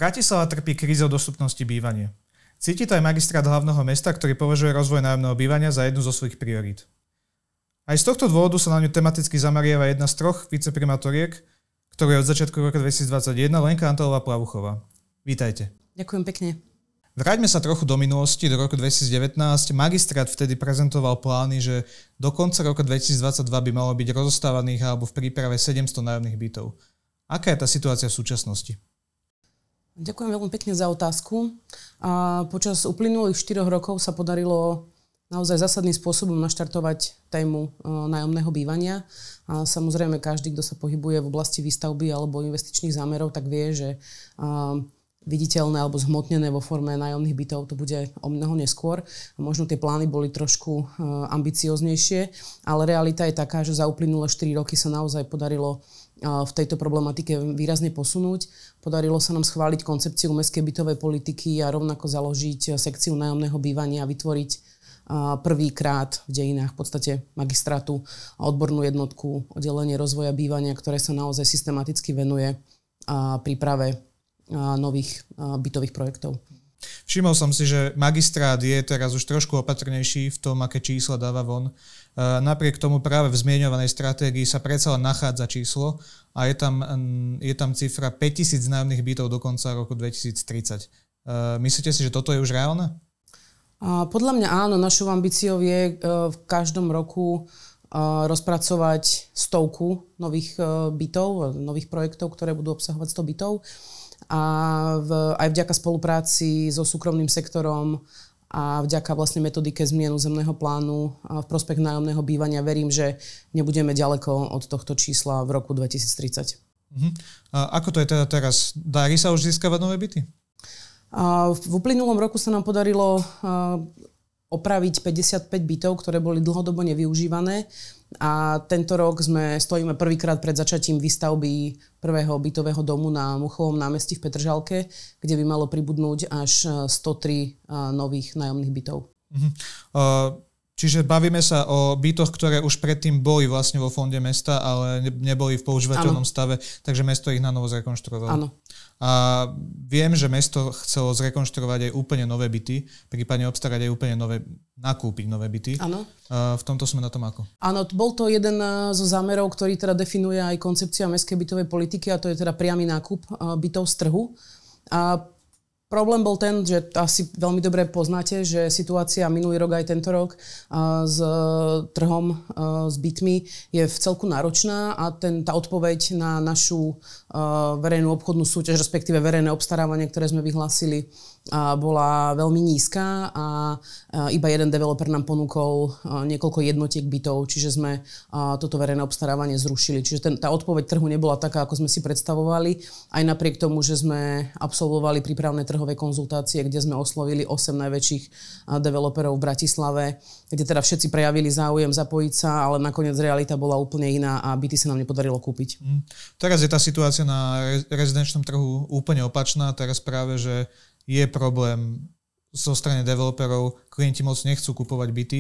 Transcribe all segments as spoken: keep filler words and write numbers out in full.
Bratislava trpí krízou dostupnosti bývania. Cíti to aj magistrát hlavného mesta, ktorý považuje rozvoj nájomného bývania za jednu zo svojich priorít. Aj z tohto dôvodu sa na ňu tematicky zameriava jedna z troch viceprimátoriek, ktorú je od začiatku roka dvetisícdvadsaťjeden Lenka Antelová-Plavuchová. Vítajte. Ďakujem pekne. Vráťme sa trochu do minulosti, do roku dvetisícdevätnásť. Magistrát vtedy prezentoval plány, že do konca roka dvetisícdvadsaťdva by malo byť rozostávaných alebo v príprave sedemsto nájomných bytov. Aká je tá situácia v súčasnosti? Ďakujem veľmi pekne za otázku. A počas uplynulých štyroch rokov sa podarilo naozaj zásadným spôsobom naštartovať tému nájomného bývania. A samozrejme, každý, kto sa pohybuje v oblasti výstavby alebo investičných zámerov, tak vie, že viditeľné alebo zhmotnené vo forme nájomných bytov to bude o mnoho neskôr. Možno tie plány boli trošku ambicioznejšie, ale realita je taká, že za uplynulé štyri roky sa naozaj podarilo v tejto problematike výrazne posunúť. Podarilo sa nám schváliť koncepciu mestskej bytovej politiky a rovnako založiť sekciu nájomného bývania a vytvoriť prvýkrát v dejinách v podstate magistrátu a odbornú jednotku oddelenie rozvoja bývania, ktoré sa naozaj systematicky venuje príprave nových bytových projektov. Všimol som si, že magistrát je teraz už trošku opatrnejší v tom, aké čísla dáva von. Napriek tomu práve v zmieňovanej stratégii sa predsa len nachádza číslo a je tam, je tam cifra päťtisíc nájomných bytov do konca roku dvetisíctridsať. Myslíte si, že toto je už reálne? Podľa mňa áno. Našou ambíciou je v každom roku rozpracovať stovku nových bytov, nových projektov, ktoré budú obsahovať sto bytov. A v, aj vďaka spolupráci so súkromným sektorom a vďaka vlastne metodike zmien územného plánu v prospech nájomného bývania verím, že nebudeme ďaleko od tohto čísla v roku dvetisíctridsať. Uh-huh. A ako to je teda teraz? Darí sa už získavať nové byty? A v uplynulom roku sa nám podarilo opraviť päťdesiatpäť bytov, ktoré boli dlhodobo nevyužívané. A tento rok sme stojíme prvýkrát pred začatím výstavby prvého bytového domu na Muchovom námestí v Petržalke, kde by malo pribudnúť až sto tri nových nájomných bytov. Uh-huh. Uh, čiže bavíme sa o bytoch, ktoré už predtým boli vlastne vo fonde mesta, ale neboli v používateľnom ano. stave, takže mesto ich na novo zrekonštruovalo. Áno. A viem, že mesto chcelo zrekonštruovať aj úplne nové byty, prípadne obstarať aj úplne nové, nakúpiť nové byty. Áno. V tomto sme na tom ako? Áno, bol to jeden zo zámerov, ktorý teda definuje aj koncepcia mestskej bytovej politiky a to je teda priamy nákup bytov z trhu. A problém bol ten, že asi veľmi dobre poznáte, že situácia minulý rok aj tento rok s trhom, s bytmi je v celku náročná a ten, tá odpoveď na našu verejnú obchodnú súťaž, respektíve verejné obstarávanie, ktoré sme vyhlásili, bola veľmi nízka a iba jeden developer nám ponúkol niekoľko jednotiek bytov, čiže sme toto verejné obstarávanie zrušili. Čiže ten, tá odpoveď trhu nebola taká, ako sme si predstavovali, aj napriek tomu, že sme absolvovali prípravné trhové konzultácie, kde sme oslovili osem najväčších developerov v Bratislave, kde teda všetci prejavili záujem zapojiť sa, ale nakoniec realita bola úplne iná a byty sa nám nepodarilo kúpiť. Mm. Teraz je tá situácia na rezidenčnom trhu úplne opačná. Teraz práve, že je problém zo strany developerov, klienti moc nechcú kupovať byty.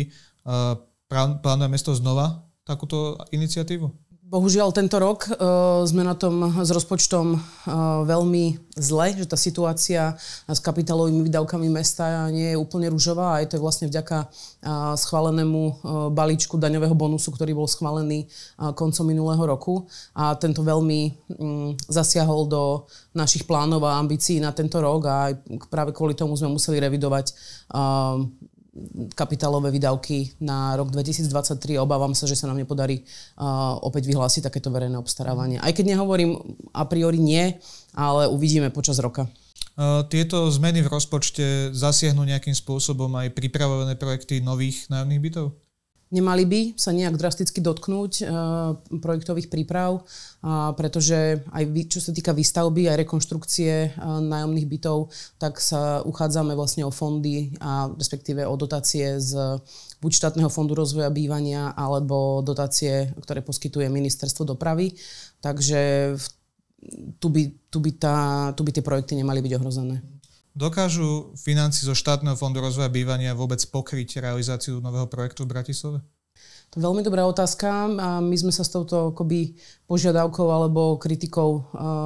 Plánuje mesto znova takúto iniciatívu? Bohužiaľ, tento rok uh, sme na tom s rozpočtom uh, veľmi zle, že tá situácia s kapitálovými výdavkami mesta nie je úplne ružová a je to vlastne vďaka uh, schválenému uh, balíčku daňového bonusu, ktorý bol schválený uh, koncom minulého roku a tento veľmi um, zasiahol do našich plánov a ambícií na tento rok a aj práve kvôli tomu sme museli revidovať uh, kapitálové výdavky na rok dvetisícdvadsaťtri. Obávam sa, že sa nám nepodarí uh, opäť vyhlásiť takéto verejné obstarávanie. Aj keď nehovorím a priori nie, ale uvidíme počas roka. Uh, tieto zmeny v rozpočte zasiahnu nejakým spôsobom aj pripravované projekty nových nájomných bytov? Nemali by sa nejak drasticky dotknúť uh, projektových príprav, uh, pretože aj vy, čo sa týka výstavby a rekonštrukcie uh, nájomných bytov, tak sa uchádzame vlastne o fondy a respektíve o dotácie z buď štátneho fondu rozvoja bývania alebo dotácie, ktoré poskytuje ministerstvo dopravy. Takže v, tu, by, tu, by tá, tu by tie projekty nemali byť ohrozené. Dokážu financie zo štátneho fondu rozvoja bývania vôbec pokryť realizáciu nového projektu v Bratislave? To je veľmi dobrá otázka. A my sme sa s touto akoby požiadavkou alebo kritikou uh,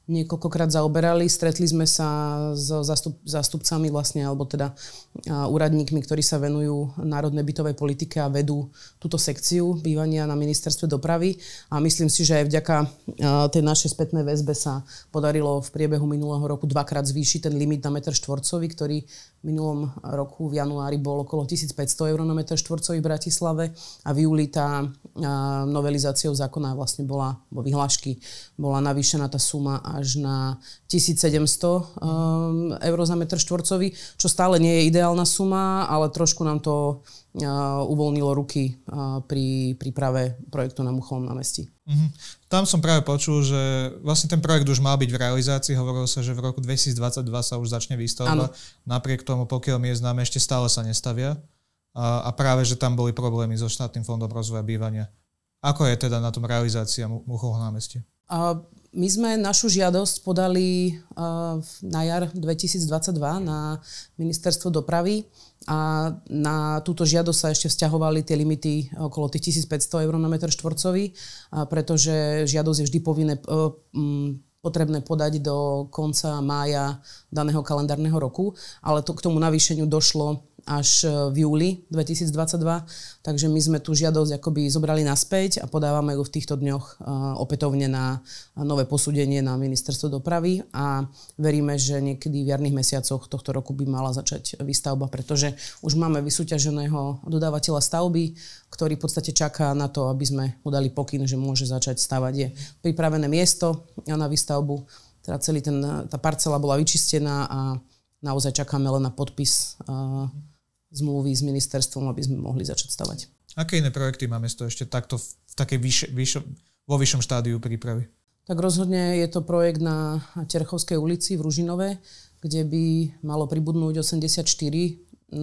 niekoľkokrát zaoberali. Stretli sme sa s zastup, zástupcami vlastne, alebo teda úradníkmi, ktorí sa venujú národnej bytovej politike a vedú túto sekciu bývania na ministerstve dopravy. A myslím si, že aj vďaka tej našej spätnej väzbe sa podarilo v priebehu minulého roku dvakrát zvýšiť ten limit na meter štvorcový, ktorý v minulom roku v januári bol okolo tisícpäťsto eur na meter štvorcový v Bratislave a v júli tá novelizáciou zákona vlastne bola, vo vyhlášky bola navýšená tá suma až na tisícsedemsto um, eur za meter štvorcový, čo stále nie je ideálna suma, ale trošku nám to uh, uvoľnilo ruky uh, pri príprave projektu na Muchovom námestí. Mm-hmm. Tam som práve počul, že vlastne ten projekt už mal byť v realizácii. Hovorilo sa, že v roku dvetisícdvadsaťdva sa už začne výstavba. Ano. Napriek tomu, pokiaľ mi je známe, ešte stále sa nestavia. A, a práve, že tam boli problémy so štátnym fondom rozvoja bývania. Ako je teda na tom realizácia Muchovho námestia? Uh, My sme našu žiadosť podali uh, na jar dvetisícdvadsaťdva na ministerstvo dopravy a na túto žiadosť sa ešte vzťahovali tie limity okolo tých tisícpäťsto eur na meter štvorcový, uh, pretože žiadosť je vždy povinné, uh, um, potrebné podať do konca mája daného kalendárneho roku, ale to, k tomu navýšeniu došlo až v júli dvetisícdvadsaťdva, takže my sme tú žiadosť akoby zobrali naspäť a podávame ju v týchto dňoch opätovne na nové posúdenie na ministerstvo dopravy a veríme, že niekedy v jarných mesiacoch tohto roku by mala začať výstavba, pretože už máme vysúťaženého dodávateľa stavby, ktorý v podstate čaká na to, aby sme mu dali pokyn, že môže začať stavať. Je pripravené miesto na výstavbu, teda celý ten, tá parcela bola vyčistená a naozaj čakáme len na podpis uh, zmluvy s ministerstvom, aby sme mohli začať stavať. Aké iné projekty má mesto ešte takto v takej vyš, vyš, vo vyššom štádiu prípravy? Tak rozhodne je to projekt na Terchovskej ulici v Ružinove, kde by malo pribudnúť osemdesiatštyri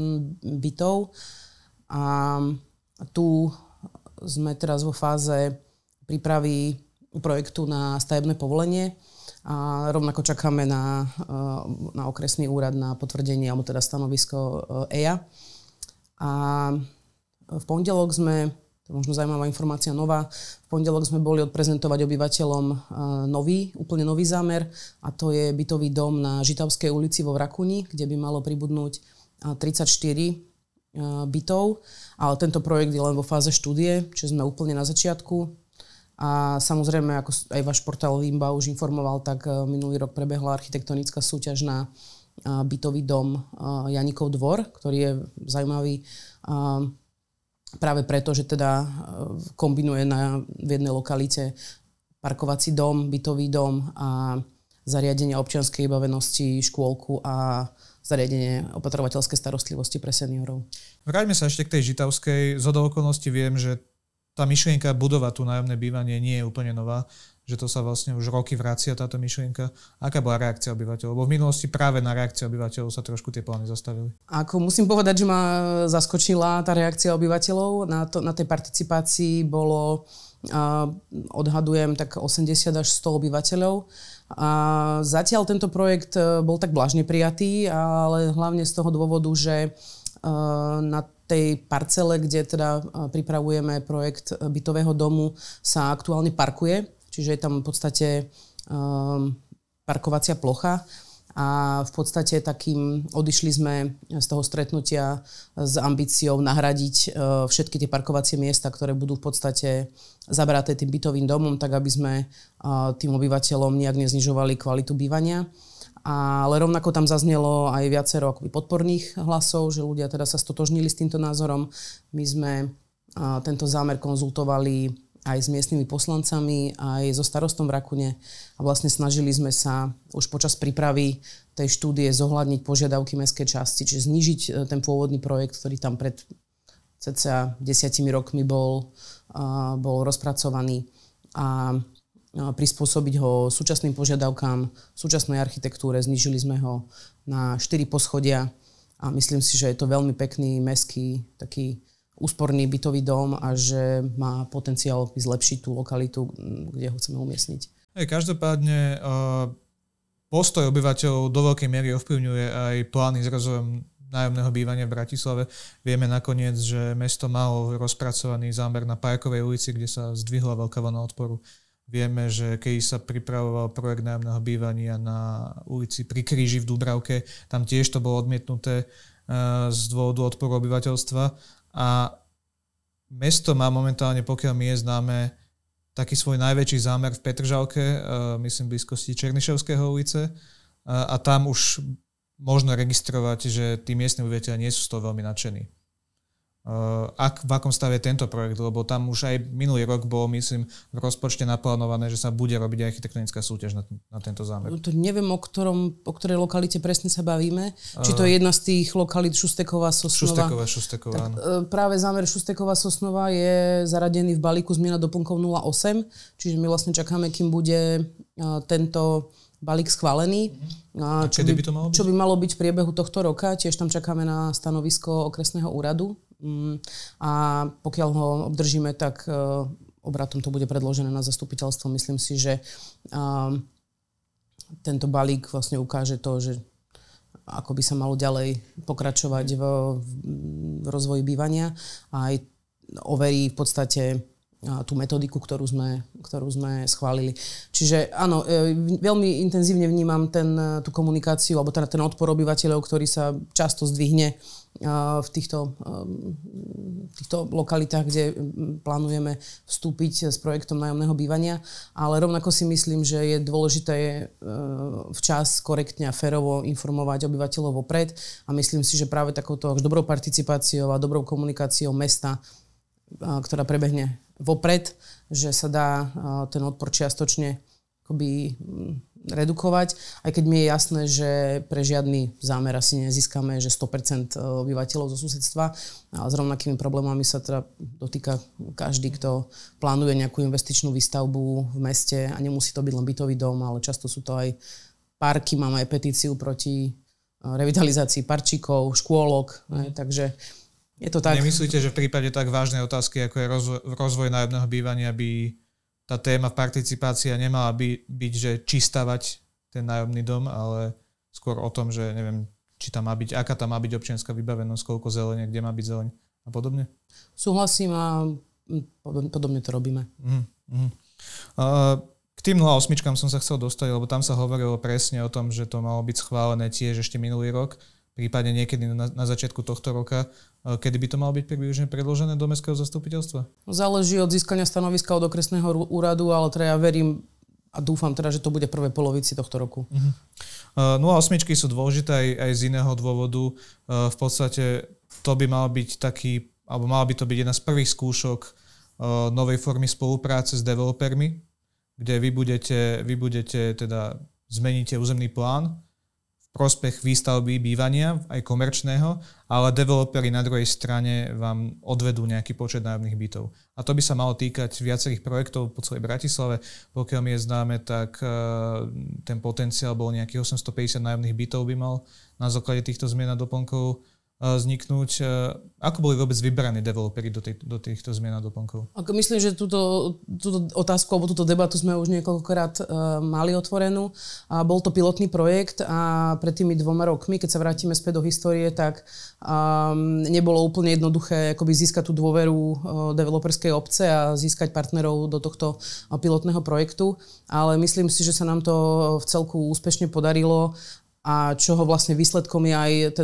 bytov. A tu sme teraz vo fáze prípravy projektu na stavebné povolenie. A rovnako čakáme na, na okresný úrad na potvrdenie, alebo teda stanovisko é á. A v pondelok sme, to je možno zaujímavá informácia nová, v pondelok sme boli odprezentovať obyvateľom nový, úplne nový zámer, a to je bytový dom na Žitavskej ulici vo Vrakuni, kde by malo pribudnúť tridsaťštyri bytov, ale tento projekt je len vo fáze štúdie, čiže sme úplne na začiatku. A samozrejme, ako aj váš portál Vimba už informoval, tak minulý rok prebehla architektonická súťaž na bytový dom Janikov dvor, ktorý je zaujímavý práve preto, že teda kombinuje na, v jednej lokalite parkovací dom, bytový dom a zariadenie občianskej vybavenosti, škôlku a zariadenie opatrovateľskej starostlivosti pre seniorov. Vráťme sa ešte k tej Žitavskej. Zhodou okolností viem, že tá myšlienka budovať tu nájomné bývanie nie je úplne nová, že to sa vlastne už roky vracia táto myšlienka. Aká bola reakcia obyvateľov? Lebo v minulosti práve na reakciu obyvateľov sa trošku tie plány zastavili. Ako musím povedať, že ma zaskočila tá reakcia obyvateľov. Na, to, na tej participácii bolo, uh, odhadujem, tak osemdesiat až sto obyvateľov. A zatiaľ tento projekt bol tak blažne prijatý, ale hlavne z toho dôvodu, že uh, na tej parcele, kde teda pripravujeme projekt bytového domu, sa aktuálne parkuje, čiže je tam v podstate um, parkovacia plocha a v podstate takým odišli sme z toho stretnutia s ambíciou nahradiť uh, všetky tie parkovacie miesta, ktoré budú v podstate zabraté tým bytovým domom, tak aby sme uh, tým obyvateľom nejak neznižovali kvalitu bývania. Ale rovnako tam zaznelo aj viacero akoby podporných hlasov, že ľudia teda sa stotožnili s týmto názorom. My sme a, tento zámer konzultovali aj s miestnymi poslancami, aj so starostom v Rakune a vlastne snažili sme sa už počas prípravy tej štúdie zohľadniť požiadavky mestskej časti, čiže znížiť ten pôvodný projekt, ktorý tam pred cca desiatimi rokmi bol, a, bol rozpracovaný a prispôsobiť ho súčasným požiadavkám, súčasnej architektúre. Znížili sme ho na štyri poschodia a myslím si, že je to veľmi pekný, mestský, taký úsporný bytový dom a že má potenciál zlepšiť tú lokalitu, kde ho chceme umiestniť. Hej, každopádne uh, postoj obyvateľov do veľkej miery ovplyvňuje aj plány s rozvojom nájomného bývania v Bratislave. Vieme nakoniec, že mesto malo rozpracovaný zámer na Parkovej ulici, kde sa zdvihla veľká vlna odporu. Vieme, že keď sa pripravoval projekt nájomného bývania na ulici Pri Kríži v Dúbravke, tam tiež to bolo odmietnuté z dôvodu odporu obyvateľstva. A mesto má momentálne, pokiaľ mi je známe, taký svoj najväčší zámer v Petržalke, myslím v blízkosti Černyševského ulice. A tam už možno registrovať, že tí miestni obyvateľia nie sú z toho veľmi nadšení. Ak, v akom stave je tento projekt, lebo tam už aj minulý rok bolo, myslím, v rozpočte naplánované, že sa bude robiť architektonická súťaž na, na tento zámer. To neviem, o, ktorom, o ktorej lokalite presne sa bavíme. Uh, Či to je jedna z tých lokalít Šusteková, Sosnova. Šusteková, Šusteková, tak, práve zámer Šusteková, Sosnova je zaradený v balíku zmiena doplnkov nula osem, čiže my vlastne čakáme, kým bude tento balík schválený. A čo, by, by to malo byť? Čo by malo byť v priebehu tohto roka. Tiež tam čakáme na stanovisko okresného úradu. A pokiaľ ho obdržíme, tak obratom to bude predložené na zastupiteľstvo. Myslím si, že tento balík vlastne ukáže to, že ako by sa malo ďalej pokračovať v, v rozvoji bývania a aj overí v podstate tú metodiku, ktorú sme, ktorú sme schválili. Čiže áno, veľmi intenzívne vnímam ten, tú komunikáciu, alebo teda ten odpor obyvateľov, ktorý sa často zdvihne v týchto, v týchto lokalitách, kde plánujeme vstúpiť s projektom nájomného bývania. Ale rovnako si myslím, že je dôležité včas, korektne a férovo informovať obyvateľov vopred. A myslím si, že práve takouto dobrou participáciou a dobrou komunikáciou mesta, ktorá prebehne vopred, že sa dá ten odpor čiastočne akoby redukovať, aj keď mi je jasné, že pre žiadny zámer asi nezískame, že sto percent obyvateľov zo susedstva. A s rovnakými problémami sa teda dotýka každý, kto plánuje nejakú investičnú výstavbu v meste a nemusí to byť len bytový dom, ale často sú to aj parky, máme aj petíciu proti revitalizácii parčíkov, škôlok, mm. takže je to tak. Nemyslíte, že v prípade tak vážnej otázky, ako je rozvoj, rozvoj nájomného bývania, by tá téma participácia nemala by, byť, že či stavať ten nájomný dom, ale skôr o tom, že neviem, či tam má byť, aká tam má byť občianska vybavenosť, koľko zelene, kde má byť zeleň a podobne? Súhlasím a podobne to robíme. Uh-huh, uh-huh. Uh, k tým nula osem som sa chcel dostať, lebo tam sa hovorilo presne o tom, že to malo byť schválené tiež ešte minulý rok, prípadne niekedy na, na začiatku tohto roka. Kedy by to malo byť približne predložené do mestského zastupiteľstva? Záleží od získania stanoviska od okresného úradu, ale teda ja verím a dúfam teda, že to bude prvé polovici tohto roku. Uh-huh. nula osem sú dôležité aj, aj z iného dôvodu. Uh, v podstate to by mal byť taký, alebo mala by to byť jedna z prvých skúšok uh, novej formy spolupráce s developermi, kde vy budete, vy budete teda zmeníte územný plán prospech výstavby bývania, aj komerčného, ale developeri na druhej strane vám odvedú nejaký počet nájomných bytov. A to by sa malo týkať viacerých projektov po celej Bratislave. Pokiaľ mi je známe, tak ten potenciál bol nejakých osemstopäťdesiat nájomných bytov by mal na základe týchto zmien a doplnkov vzniknúť. Ako boli vôbec vybraní developeri do, tej, do týchto zmien a doplnkov? Myslím, že túto, túto otázku alebo túto debatu sme už niekoľkokrát uh, mali otvorenú. A bol to pilotný projekt a pred tými dvoma rokmi, keď sa vrátime späť do histórie, tak um, nebolo úplne jednoduché akoby získať tú dôveru uh, developerskej obce a získať partnerov do tohto uh, pilotného projektu. Ale myslím si, že sa nám to v celku úspešne podarilo. A čoho vlastne výsledkom je aj ten,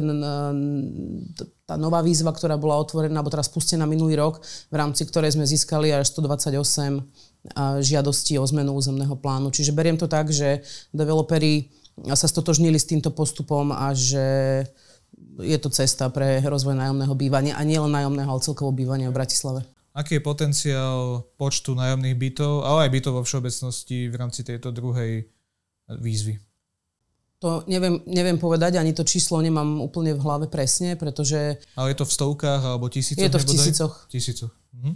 tá nová výzva, ktorá bola otvorená, alebo teraz spustená minulý rok, v rámci ktorej sme získali až stodvadsaťosem žiadostí o zmenu územného plánu. Čiže beriem to tak, že developeri sa stotožnili s týmto postupom a že je to cesta pre rozvoj nájomného bývania a nielen nájomného, ale celkovo bývania v Bratislave. Aký je potenciál počtu nájomných bytov, ale aj bytov vo všeobecnosti v rámci tejto druhej výzvy? To neviem, neviem povedať, ani to číslo nemám úplne v hlave presne, pretože... Ale je to v stovkách alebo tisícoch? Je to v tisícoch. Tisícoch. Mhm.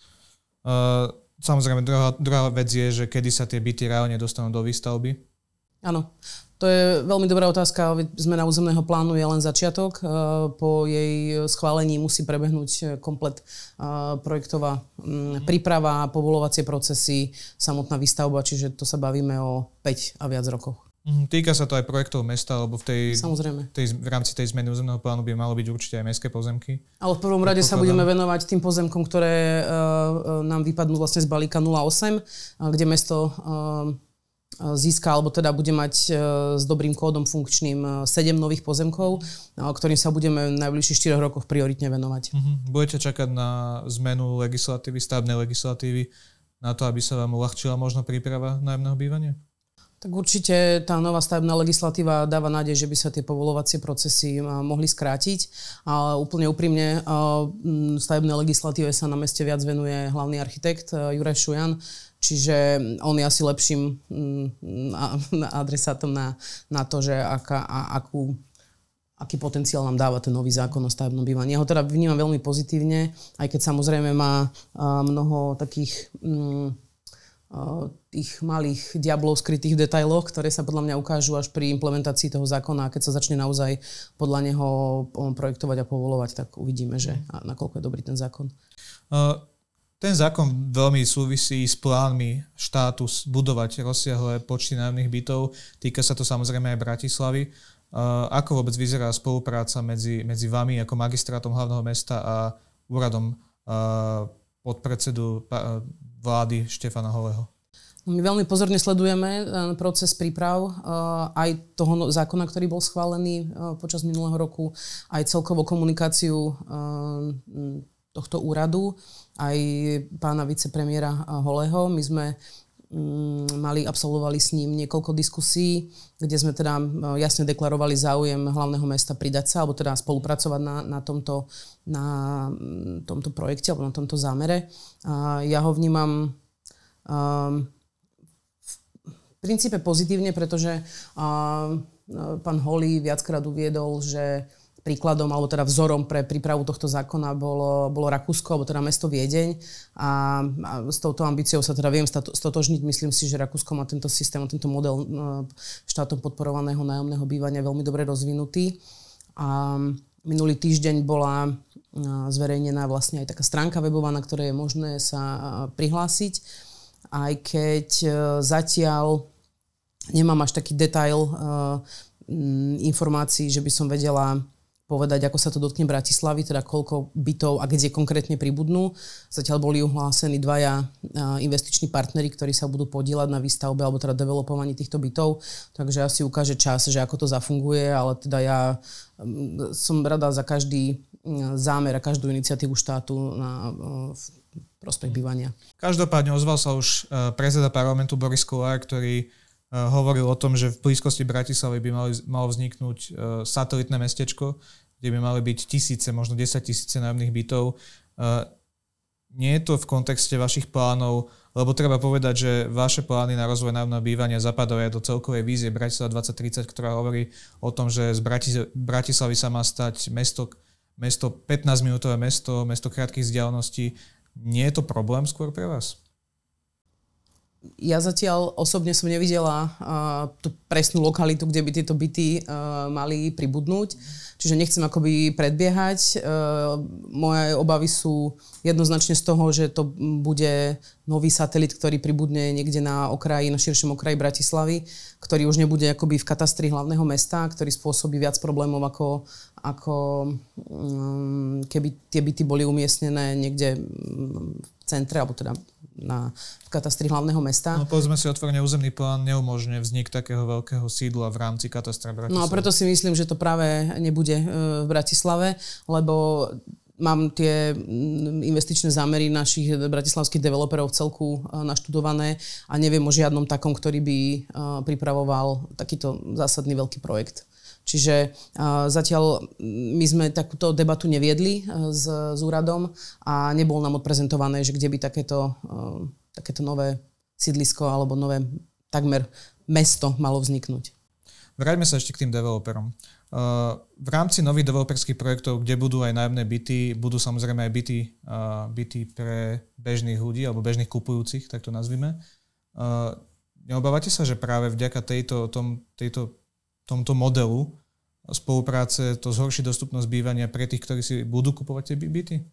Uh, samozrejme, druhá, druhá vec je, že kedy sa tie byty reálne dostanú do výstavby? Áno, to je veľmi dobrá otázka. Zmena územného plánu je len začiatok. Po jej schválení musí prebehnúť komplet projektová príprava, povolovacie procesy, samotná výstavba, čiže to sa bavíme o päť a viac rokoch. Týka sa to aj projektov mesta, alebo v, tej, Samozrejme. tej, v rámci tej zmeny územného plánu by malo byť určite aj mestské pozemky. Ale v prvom rade sa budeme venovať tým pozemkom, ktoré uh, nám vypadnú vlastne z balíka nula osem, uh, kde mesto uh, získa, alebo teda bude mať uh, s dobrým kódom funkčným uh, sedem nových pozemkov, uh, ktorým sa budeme v najbližších štyroch rokoch prioritne venovať. Uh-huh. Budete čakať na zmenu legislatívy, stavebnej legislatívy, na to, aby sa vám uľahčila možno príprava nájomného bývania? Tak určite tá nová stavebná legislatíva dáva nádej, že by sa tie povolovacie procesy mohli skrátiť. A úplne úprimne stavebnej legislatíve sa na meste viac venuje hlavný architekt Juraj Šujan, čiže on je asi lepším adresátom na, na to, že aká, a, akú, aký potenciál nám dáva ten nový zákon o stavebnom bývaní. Ja ho teda vnímam veľmi pozitívne, aj keď samozrejme má mnoho takých tých malých diablov skrytých v detailoch, ktoré sa podľa mňa ukážu až pri implementácii toho zákona, a keď sa začne naozaj podľa neho projektovať a povolovať, tak uvidíme, že nakoľko je dobrý ten zákon. Uh, ten zákon veľmi súvisí s plánmi štátu budovať rozsiahle počty nájomných bytov. Týka sa to samozrejme aj Bratislavy. Uh, ako vôbec vyzerá spolupráca medzi, medzi vami ako magistrátom hlavného mesta a úradom uh, podpredsedu uh, vlády Štefana Holého? My veľmi pozorne sledujeme proces príprav aj toho zákona, ktorý bol schválený počas minulého roku, aj celkovú komunikáciu tohto úradu, aj pána vicepremiéra Holého. My sme mali, absolvovali s ním niekoľko diskusí, kde sme teda jasne deklarovali záujem hlavného mesta pridať sa, alebo teda spolupracovať na, na, tomto, na tomto projekte, alebo na tomto zámere. Ja ho vnímam um, v princípe pozitívne, pretože um, pán Holý viackrát uviedol, že príkladom, alebo teda vzorom pre prípravu tohto zákona bolo, bolo Rakúsko, alebo teda mesto Viedeň. A, a s touto ambíciou sa teda viem stotožniť. Myslím si, že Rakúsko má tento systém, tento model štátom podporovaného nájomného bývania veľmi dobre rozvinutý. A minulý týždeň bola zverejnená vlastne aj taká stránka webová, na ktorej je možné sa prihlásiť. Aj keď zatiaľ nemám až taký detail informácií, že by som vedela povedať, ako sa to dotkne Bratislavy, teda koľko bytov a kde konkrétne pribudnú. Zatiaľ boli uhlásení dvaja investiční partneri, ktorí sa budú podieľať na výstavbe alebo teda developovaní týchto bytov. Takže asi ukáže čas, že ako to zafunguje, ale teda ja som rada za každý zámer a každú iniciatívu štátu na prospech bývania. Každopádne ozval sa už predseda parlamentu Boris Kollár, ktorý hovoril o tom, že v blízkosti Bratislavy by mali, malo vzniknúť uh, satelitné mestečko, kde by mali byť tisíce, možno desať tisíce nájomných bytov. Uh, nie je to v kontexte vašich plánov, lebo treba povedať, že vaše plány na rozvoj nájomného bývania zapadajú aj do celkovej vízie Bratislava dvadsať tridsať, ktorá hovorí o tom, že z Bratis- Bratislavy sa má stať mesto, mesto pätnásťminútové mesto, mesto krátkych vzdialeností. Nie je to problém skôr pre vás? Ja zatiaľ osobne som nevidela uh, tú presnú lokalitu, kde by tieto byty uh, mali pribudnúť. Čiže nechcem akoby predbiehať. Uh, moje obavy sú jednoznačne z toho, že to bude nový satelit, ktorý pribudne niekde na okraji, na širšom okraji Bratislavy, ktorý už nebude akoby v katastri hlavného mesta, ktorý spôsobí viac problémov, ako, ako um, keby tie byty boli umiestnené niekde v centre, alebo teda na, v katastri hlavného mesta. No povedzme si otvorene, územný plán neumožňuje vznik takého veľkého sídla v rámci katastra Bratislavy. No a preto si myslím, že to práve nebude v Bratislave, lebo mám tie investičné zámery našich bratislavských developerov v celku naštudované a neviem o žiadnom takom, ktorý by pripravoval takýto zásadný veľký projekt. Čiže uh, zatiaľ my sme takúto debatu neviedli uh, s, s úradom a nebolo nám odprezentované, že kde by takéto, uh, takéto nové sídlisko alebo nové takmer mesto malo vzniknúť. Vráťme sa ešte k tým developerom. Uh, v rámci nových developerských projektov, kde budú aj nájomné byty, budú samozrejme aj byty, uh, byty pre bežných ľudí alebo bežných kupujúcich, tak to nazvime. Uh, neobávate sa, že práve vďaka tejto, tom, tejto tomto modelu spolupráce to zhorší dostupnosť bývania pre tých, ktorí si budú kupovať tie byty?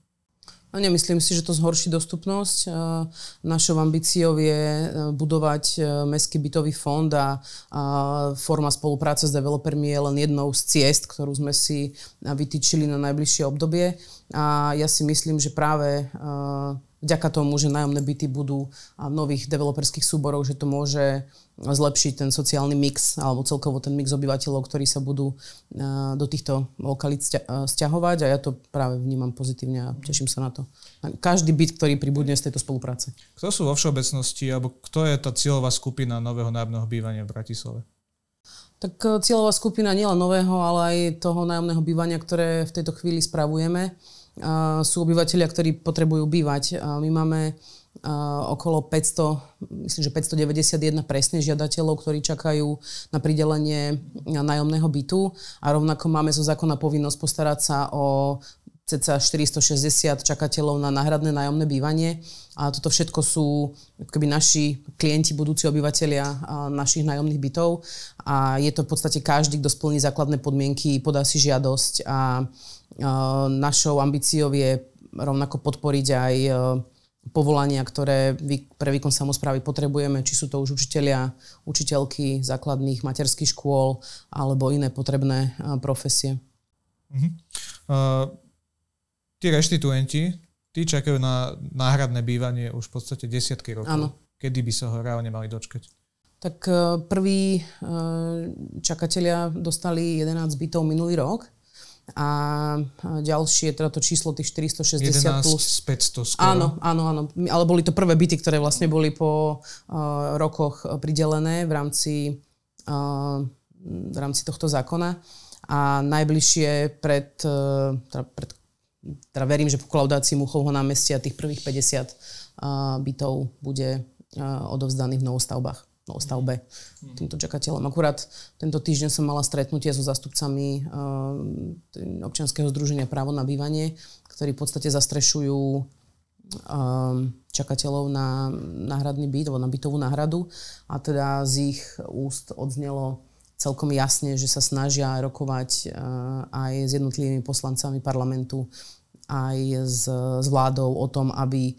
A nemyslím si, že to zhorší dostupnosť. Našou ambíciou je budovať mestský bytový fond a forma spolupráce s developermi je len jednou z ciest, ktorú sme si vytýčili na najbližšie obdobie. A ja si myslím, že práve vďaka tomu, že nájomné byty budú v nových developerských súboroch, že to môže zlepšiť ten sociálny mix alebo celkovo ten mix obyvateľov, ktorí sa budú do týchto lokalít sťahovať a ja to práve vnímam pozitívne a teším sa na to. Každý byt, ktorý pribudne z tejto spolupráce. Kto sú vo všeobecnosti alebo kto je tá cieľová skupina nového nájomného bývania v Bratislave? Tak cieľová skupina nielen nového, ale aj toho nájomného bývania, ktoré v tejto chvíli spravujeme, sú obyvateľia, ktorí potrebujú bývať. My máme okolo päťsto, myslím, že päťstodeväťdesiatjeden presne žiadateľov, ktorí čakajú na pridelenie nájomného bytu a rovnako máme zo zákona povinnosť postarať sa o cca štyristošesťdesiat čakateľov na náhradné nájomné bývanie a toto všetko sú akoby naši klienti, budúci obyvateľia našich nájomných bytov a je to v podstate každý, kto splní základné podmienky, podá si žiadosť a našou ambíciou je rovnako podporiť aj povolania, ktoré pre výkon samosprávy potrebujeme, či sú to už učitelia, učiteľky základných materských škôl alebo iné potrebné profesie. Uh-huh. Uh, tí reštituenti, tí čakajú na náhradné bývanie už v podstate desiatky rokov. Áno. Kedy by sa ho reálne mali dočkať? Tak prví čakatelia dostali jedenásť bytov minulý rok. A ďalšie, teda to číslo tých štyristošesťdesiat plus. jedenásť z päťsto skoro. Áno, áno, áno. Ale boli to prvé byty, ktoré vlastne boli po uh, rokoch pridelené v rámci, uh, v rámci tohto zákona. A najbližšie pred, uh, teda, pred teda verím, že po kolaudácii Muchovho námestia tých prvých päťdesiat uh, bytov bude uh, odovzdaných v novostavbách. novostavbe týmto čakateľom. Akurát tento týždeň som mala stretnutie so zástupcami uh, občianskeho združenia Právo na bývanie, ktorí v podstate zastrešujú uh, čakateľov na náhradný byt, alebo na bytovú náhradu. A teda z ich úst odznelo celkom jasne, že sa snažia rokovať uh, aj s jednotlivými poslancami parlamentu, aj s, s vládou o tom, aby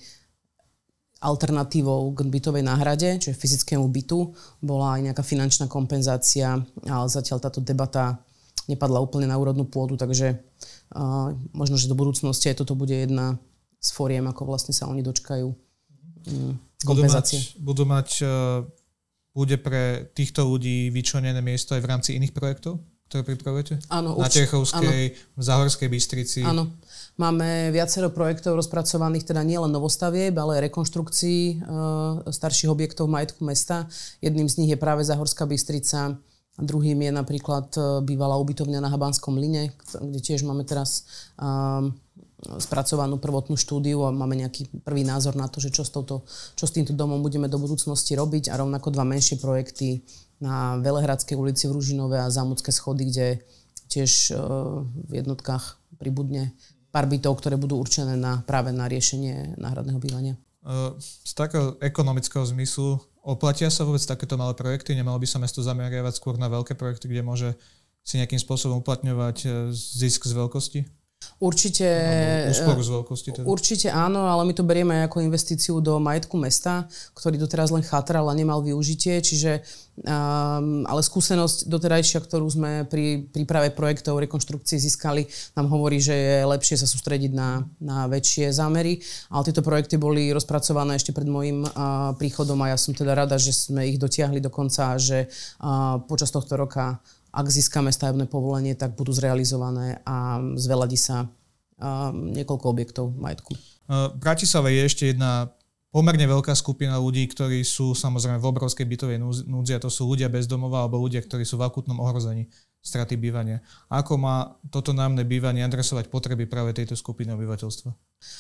alternatívou k bytovej náhrade, čiže fyzickému bytu, bola aj nejaká finančná kompenzácia, ale zatiaľ táto debata nepadla úplne na úrodnú pôdu, takže uh, možno, že do budúcnosti aj toto bude jedna z fóriem, ako vlastne sa oni dočkajú um, kompenzácie. Budú mať, budú mať uh, bude pre týchto ľudí vyčlenené miesto aj v rámci iných projektov, ktoré pripravujete? Áno. Na Terchovskej, v Záhorskej Bystrici? Áno. Máme viacero projektov rozpracovaných, teda nielen novostavieb, ale aj rekonštrukcií e, starších objektov v majetku mesta. Jedným z nich je práve Záhorská Bystrica, a druhým je napríklad bývalá ubytovňa na Habanskom Mlyne, kde tiež máme teraz e, spracovanú prvotnú štúdiu a máme nejaký prvý názor na to, že čo s, touto, čo s týmto domom budeme do budúcnosti robiť a rovnako dva menšie projekty na Velehradskej ulici v Ružinove a Zámudské schody, kde tiež e, v jednotkách pribudne pár bytov, ktoré budú určené na, práve na riešenie náhradného bývania. Z takého ekonomického zmyslu oplatia sa vôbec takéto malé projekty? Nemalo by sa mesto zameriavať skôr na veľké projekty, kde môže si nejakým spôsobom uplatňovať zisk z veľkosti? Určite, úsporu z veľkosti teda. Určite áno, ale my to berieme aj ako investíciu do majetku mesta, ktorý doteraz len chatral a nemal využitie, čiže um, ale skúsenosť doterajšia, ktorú sme pri príprave projektov rekonštrukcií získali, nám hovorí, že je lepšie sa sústrediť na, na väčšie zámery, ale tieto projekty boli rozpracované ešte pred môjim uh, príchodom a ja som teda rada, že sme ich dotiahli do konca a že uh, počas tohto roka ak získame stavebné povolenie, tak budú zrealizované a zveladí sa niekoľko objektov majetku. V Bratislave je ešte jedna pomerne veľká skupina ľudí, ktorí sú samozrejme v obrovskej bytovej núdzi a to sú ľudia bez domova alebo ľudia, ktorí sú v akútnom ohrození straty bývania. Ako má toto nájomné bývanie adresovať potreby práve tejto skupiny obyvateľstva?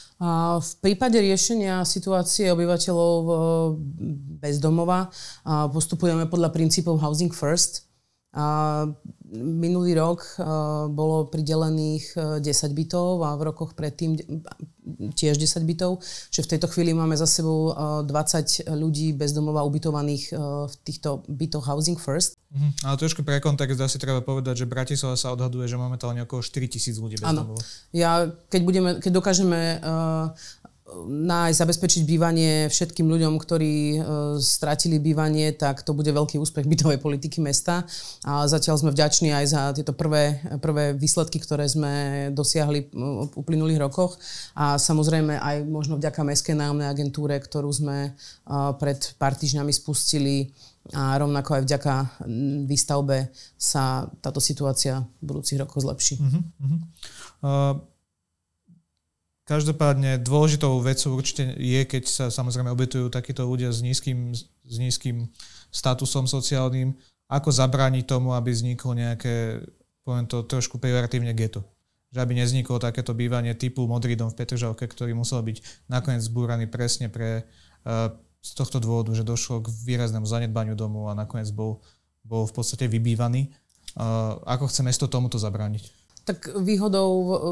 V prípade riešenia situácie obyvateľov bez domova postupujeme podľa princípov Housing First. A minulý rok uh, bolo pridelených uh, desať bytov a v rokoch predtým tiež desať bytov, že v tejto chvíli máme za sebou uh, dvadsať ľudí bez domova ubytovaných uh, v týchto bytoch Housing First. Mhm. Ale trošku pre kontext asi treba povedať, že Bratislava sa odhaduje, že momentálne okolo štyritisíc ľudí bez domova. Ja, keď, budeme, keď dokážeme uh, nájsť, zabezpečiť bývanie všetkým ľuďom, ktorí e, stratili bývanie, tak to bude veľký úspech bytovej politiky mesta. A zatiaľ sme vďační aj za tieto prvé, prvé výsledky, ktoré sme dosiahli v uplynulých rokoch. A samozrejme aj možno vďaka Mestskej nájomnej agentúre, ktorú sme e, pred pár týždňami spustili, a rovnako aj vďaka výstavbe sa táto situácia v budúcich rokoch zlepší. Uh-huh, uh-huh. Uh... Každopádne dôležitou vecou určite je, keď sa samozrejme obetujú takíto ľudia s nízkym, s nízkym statusom sociálnym, ako zabrániť tomu, aby vzniklo nejaké, poviem to trošku pejoratívne, geto. Že aby nevzniklo takéto bývanie typu Modrý dom v Petržalke, ktorý musel byť nakoniec zbúraný presne pre, uh, z tohto dôvodu, že došlo k výraznému zanedbaniu domu a nakoniec bol, bol v podstate vybývaný. Uh, ako chce mesto tomuto zabrániť? Tak výhodou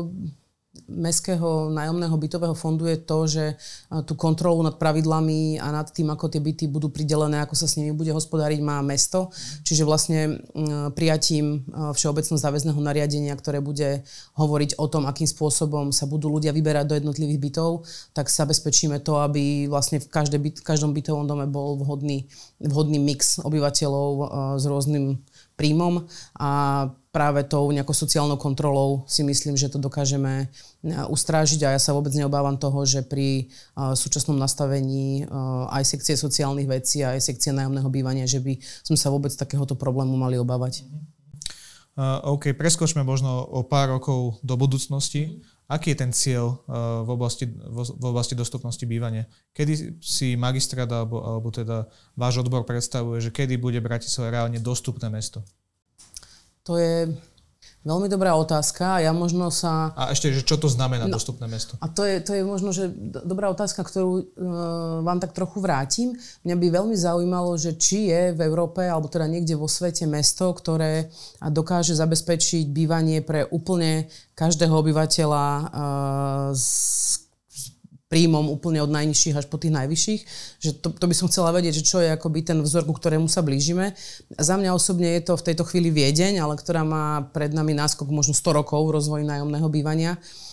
Mestského nájomného bytového fondu je to, že tú kontrolu nad pravidlami a nad tým, ako tie byty budú pridelené, ako sa s nimi bude hospodáriť, má mesto. Čiže vlastne prijatím všeobecného záväzného nariadenia, ktoré bude hovoriť o tom, akým spôsobom sa budú ľudia vyberať do jednotlivých bytov, tak zabezpečíme to, aby vlastne v, každé byt, v každom bytovom dome bol vhodný, vhodný mix obyvateľov s rôznym príjmom a práve tou nejakou sociálnou kontrolou si myslím, že to dokážeme ustrážiť a ja sa vôbec neobávam toho, že pri uh, súčasnom nastavení uh, aj sekcie sociálnych vecí a aj sekcie nájomného bývania, že by sme sa vôbec takéhoto problému mali obávať. Uh, OK, preskočme možno o pár rokov do budúcnosti. Aký je ten cieľ uh, v, oblasti, v, v oblasti dostupnosti bývania? Kedy si magistrát alebo, alebo teda váš odbor predstavuje, že kedy bude Bratislava reálne dostupné mesto? To je veľmi dobrá otázka. Ja možno sa... A ešte, že čo to znamená no, dostupné mesto? A to je, to je možno, že dobrá otázka, ktorú uh, vám tak trochu vrátim. Mňa by veľmi zaujímalo, že či je v Európe, alebo teda niekde vo svete mesto, ktoré dokáže zabezpečiť bývanie pre úplne každého obyvateľa uh, z príjmom úplne od najnižších až po tých najvyšších. Že to, to by som chcela vedieť, že čo je akoby ten vzor, ku ktorému sa blížime. Za mňa osobne je to v tejto chvíli Viedeň, ale ktorá má pred nami náskok možno sto rokov v rozvoji nájomného bývania.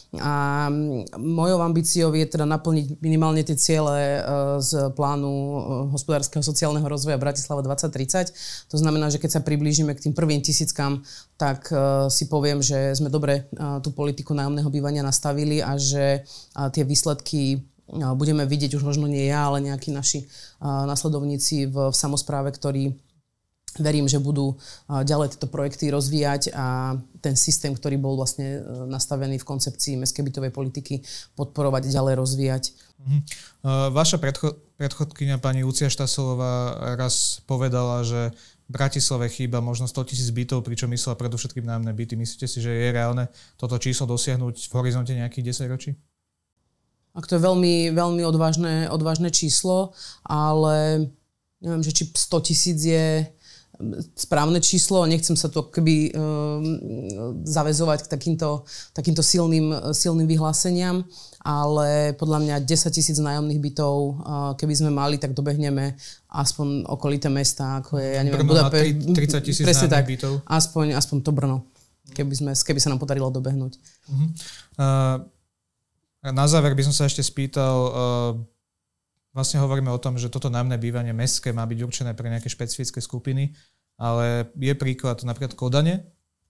A mojou ambíciou je teda naplniť minimálne tie ciele z plánu hospodárskeho sociálneho rozvoja Bratislava dvadsať tridsať. To znamená, že keď sa priblížime k tým prvým tisíckam, tak si poviem, že sme dobre tú politiku nájomného bývania nastavili a že tie výsledky budeme vidieť už možno nie ja, ale nejakí naši nasledovníci v samospráve, ktorí verím, že budú ďalej tieto projekty rozvíjať a ten systém, ktorý bol vlastne nastavený v koncepcii mestskej bytovej politiky, podporovať, ďalej rozvíjať. Mhm. Vaša predcho- predchodkyňa pani Lucia Štaselová raz povedala, že v Bratislave chýba možno sto tisíc bytov, pričom myslela predovšetkým nájomné byty. Myslíte si, že je reálne toto číslo dosiahnuť v horizonte nejakých desať ročí? Ak to je veľmi, veľmi odvážne, odvážne číslo, ale neviem, že či sto tisíc je správne číslo, nechcem sa tu keby um, zaväzovať k takýmto, takýmto silným, silným vyhláseniam, ale podľa mňa desať tisíc nájomných bytov, uh, keby sme mali, tak dobehneme aspoň okolité mesta, ako je, ja neviem, Budapešť. tridsať tisíc nájomných bytov. Aspoň, aspoň to Brno, keby, sme, keby sa nám podarilo dobehnúť. Uh-huh. Uh, na záver by som sa ešte spýtal, uh, vlastne hovoríme o tom, že toto nájomné bývanie mestské má byť určené pre nejaké špecifické skupiny, ale je príklad napríklad Kodane,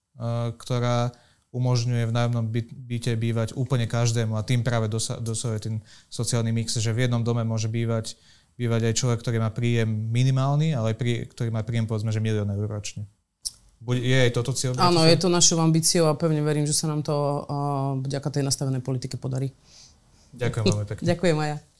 ktorá umožňuje v nájomnom byte bývať úplne každému a tým práve dosahuje ten sociálny mix, že v jednom dome môže bývať, bývať aj človek, ktorý má príjem minimálny, ale aj prí, ktorý má príjem povedzme, že milión eur ročne. Je aj toto cieľ? Áno, je to našou ambíciou a pevne verím, že sa nám to uh, vďaka tej nastavenej politike podarí. Ďakujem veľmi pekne. Ďakujem aj ja.